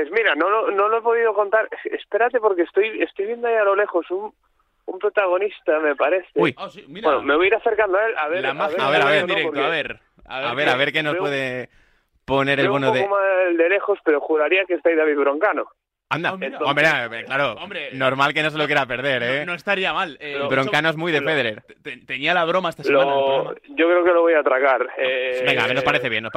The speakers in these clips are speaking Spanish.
Pues mira, no lo he podido contar. Espérate, porque estoy viendo ahí a lo lejos un protagonista, me parece. Uy. Sí, mira. Bueno, me voy a ir acercando a él, a ver. La magia a ver, del ¿no? directo, Porque A ver qué nos puede poner el veo bono un poco mal de lejos, pero juraría que está ahí David Broncano. Anda, mira. hombre, claro, Hombre, normal que no se lo quiera perder, ¿eh? No estaría mal. Broncano es muy de Federer. Tenía la broma esta semana. en el programa. Yo creo que lo voy a atracar. Venga, a ver, nos parece bien.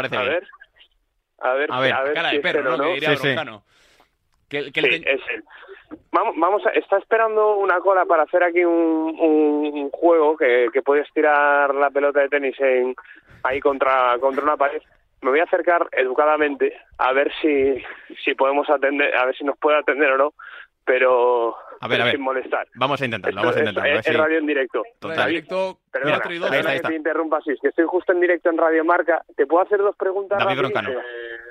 A ver, Cara si de es perro, él o ¿no? Que diría Sí. Broncano. Sí, es él. Está esperando una cola para hacer aquí un juego que puedes tirar la pelota de tenis ahí contra una pared. Me voy a acercar educadamente a ver si podemos atender, a ver si nos puede atender o no, pero a ver. sin molestar. Vamos a intentarlo. Es radio en directo. Total. Directo, Perdona, 4 y 2. ahí está. que te interrumpa así, es que estoy justo en directo en Radio Marca. ¿Te puedo hacer 2 preguntas? David rápidas? Broncano.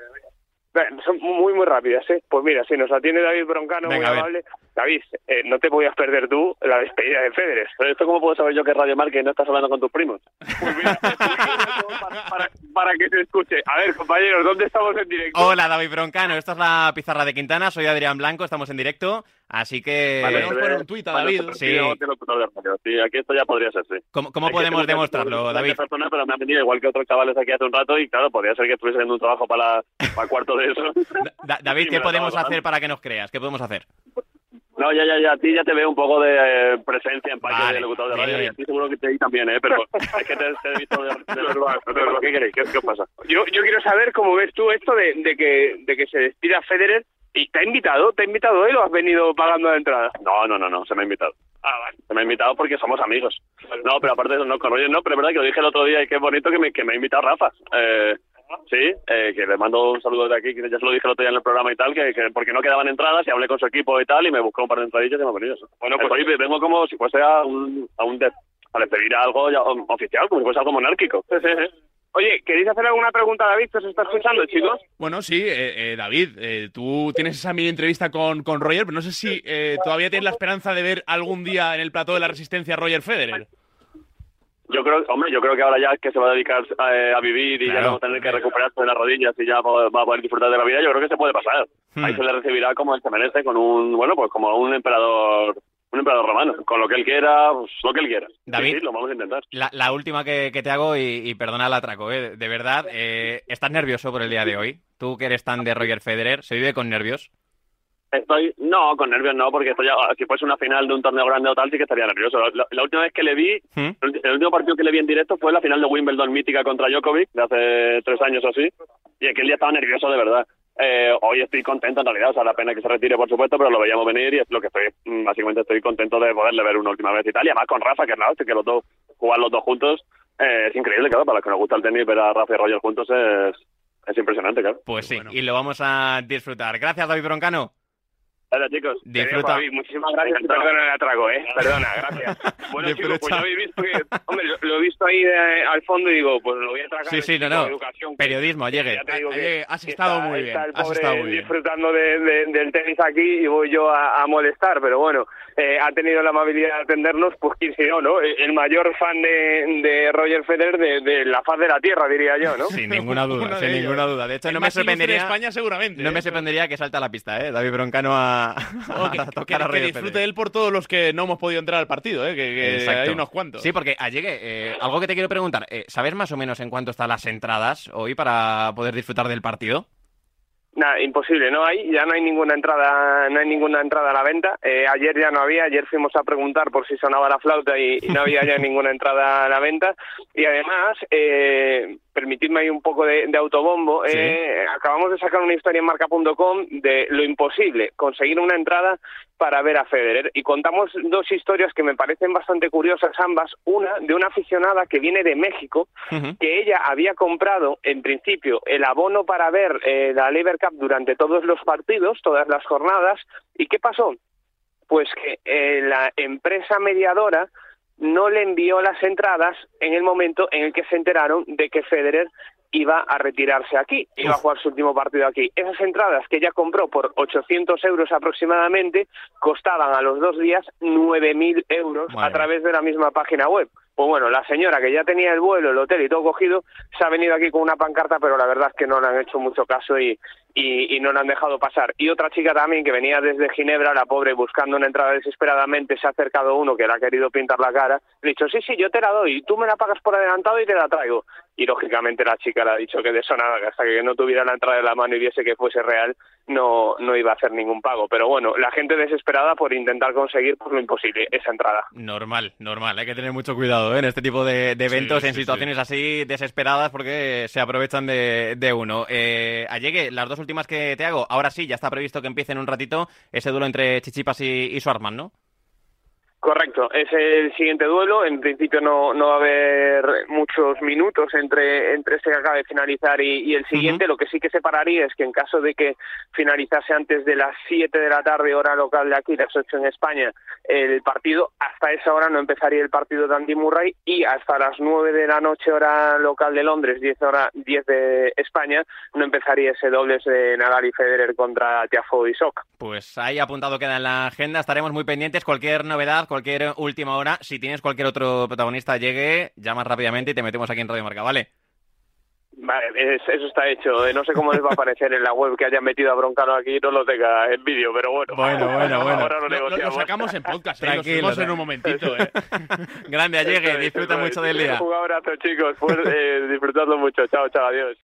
Son muy, muy rápidas, ¿eh? Pues mira, si nos atiende David Broncano, Venga, muy amable. David, no te podías perder tú la despedida de Federer. Pero esto, ¿cómo puedo saber yo que es Radio Marca y no estás hablando con tus primos? Pues mira, para que se escuche. A ver, compañeros, ¿dónde estamos en directo? Hola, David Broncano. Esta es la pizarra de Quintana. Soy Adrián Blanco. Estamos en directo. Así que... Podemos poner un tuit a David. Sí. Sí, aquí esto ya podría ser, sí. ¿Cómo podemos demostrarlo, David? Persona, pero me han venido igual que otros chavales aquí hace un rato y claro, podría ser que estuviese haciendo un trabajo para cuarto de eso. David, Sí, ¿qué me podemos lo hacer para que nos creas? ¿Qué podemos hacer? No, ya, a ti ya te veo un poco de presencia en parte Vale, de locutor de radio bien. y a ti seguro que te di también, pero es que te he visto de los ¿qué queréis? ¿Qué os pasa? Yo quiero saber cómo ves tú esto de que se despida Federer. ¿Y te ha invitado él o has venido pagando la entrada? No, se me ha invitado. Ah, vale. Se me ha invitado porque somos amigos. No, pero aparte de eso, no, con Roger no, pero es verdad que lo dije el otro día y qué bonito que me ha invitado Rafa. Sí, que le mando un saludo de aquí, que ya se lo dije el otro día en el programa y tal, que porque no quedaban entradas y hablé con su equipo y tal y me buscó un par de entradillas y me han venido. Bueno, pues hoy vengo como si fuese a despedir a algo ya oficial, como si fuese algo monárquico. Oye, ¿queréis hacer alguna pregunta a David que os está escuchando, chicos? Bueno, sí, David, tú tienes esa mini entrevista con Roger, pero no sé si todavía tienes la esperanza de ver algún día en el plató de la Resistencia a Roger Federer. Yo creo que ahora ya que se va a dedicar a vivir y Claro, ya no va a tener que recuperarse de las rodillas y ya va a poder disfrutar de la vida, yo creo que se puede pasar. Ahí se le recibirá como él se merece, con como un emperador romano, con lo que él quiera, pues, lo que él quiera. David, sí, lo vamos a intentar. La última que te hago, y perdona el atraco, de verdad, ¿estás nervioso por el día de hoy? Tú que eres tan de Roger Federer, ¿se vive con nervios? No, con nervios no, porque si fuese una final de un torneo grande o tal, sí que estaría nervioso. La última vez que le vi, el último partido que le vi en directo fue la final de Wimbledon mítica contra Djokovic, de hace 3 años o así, y aquel día estaba nervioso de verdad. Hoy estoy contento en realidad, o sea, la pena que se retire por supuesto, pero lo veíamos venir y es lo que básicamente estoy contento de poderle ver una última vez y tal, y además con Rafa, que que los dos, jugar los dos juntos, es increíble, claro, para los que nos gusta el tenis, ver a Rafa y Roger juntos es impresionante, claro. Pues sí, Bueno. y lo vamos a disfrutar. Gracias, David Broncano. Hola, chicos. Disfruta. David, muchísimas gracias y perdona el atraco, Perdona, gracias. Bueno, chicos, pues ya habéis visto que... Hombre, lo he visto ahí al fondo y digo, pues lo voy a atracar. Sí, no. Educación, Periodismo, llegue. Ya te digo que Has estado muy bien. Está el Has pobre estado muy bien. disfrutando del tenis aquí y voy yo a molestar, pero bueno, ha tenido la amabilidad de atendernos, pues quién si no, ¿no? El mayor fan de Roger Federer de la faz de la tierra, diría yo, ¿no? Sin ninguna duda, Uno de sin ellos. ninguna duda. De hecho, El no me más ilustre de sorprendería... España seguramente. No me sorprendería que salte a la pista, David Broncano a tocar a que Roger disfrute Federer. él por todos los que no hemos podido entrar al partido, que Exacto. hay unos cuantos. Sí, porque Allegue, algo que te quiero preguntar, ¿sabes más o menos en cuánto están las entradas hoy para poder disfrutar del partido? Nada, imposible, ya no hay ninguna entrada a la venta. Ayer ya no había, ayer fuimos a preguntar por si sonaba la flauta y no había ya ninguna entrada a la venta. Y además, permitidme ahí un poco de autobombo, Sí. acabamos de sacar una historia en marca.com de lo imposible, conseguir una entrada para ver a Federer, y contamos 2 historias que me parecen bastante curiosas ambas. Una de una aficionada que viene de México, que ella había comprado en principio el abono para ver la Lever Cup durante todos los partidos, todas las jornadas. ¿Y qué pasó? Pues que la empresa mediadora no le envió las entradas en el momento en el que se enteraron de que Federer iba a retirarse aquí, iba a jugar su último partido aquí. Esas entradas que ella compró por 800 euros aproximadamente costaban a los 2 días 9.000 euros a través de la misma página web. Pues bueno, la señora que ya tenía el vuelo, el hotel y todo cogido, se ha venido aquí con una pancarta, pero la verdad es que no le han hecho mucho caso y y no la han dejado pasar. Y otra chica también que venía desde Ginebra, la pobre, buscando una entrada desesperadamente, se ha acercado uno que le ha querido pintar la cara, le ha dicho, sí, yo te la doy, tú me la pagas por adelantado y te la traigo. Y lógicamente la chica le ha dicho que de eso nada, que hasta que no tuviera la entrada en la mano y viese que fuese real, no iba a hacer ningún pago. Pero bueno, la gente desesperada por intentar conseguir por lo imposible esa entrada. Normal, hay que tener mucho cuidado en este tipo de eventos, en situaciones así desesperadas, porque se aprovechan de uno. Allegue, las dos últimas que te hago, ahora sí, ya está previsto que empiece en un ratito ese duelo entre Tsitsipas y Schwartzman, ¿no? Correcto, es el siguiente duelo. En principio no va a haber muchos minutos entre este que acaba de finalizar y el siguiente. Lo que sí que separaría es que en caso de que finalizase antes de las 7 de la tarde, hora local de aquí, las 8 en España, el partido, hasta esa hora no empezaría el partido de Andy Murray, y hasta las 9 de la noche, hora local de Londres, 10 de España, no empezaría ese dobles de Nadal y Federer contra Tiafoe y Soc. Pues ahí apuntado queda en la agenda, estaremos muy pendientes. Cualquier novedad, cualquier última hora, si tienes cualquier otro protagonista llegue, llamas rápidamente y te metemos aquí en Radio Marca, ¿vale? Vale, eso está hecho. No sé cómo les va a aparecer en la web que hayan metido a Broncano aquí y no lo tenga en vídeo, pero bueno. Bueno. Ahora lo sacamos en podcast, Tranquilo, lo subimos en un momentito. Grande, Allegue, disfruta mucho del día. Un abrazo, chicos. Pues, disfrutadlo mucho. Chao, adiós.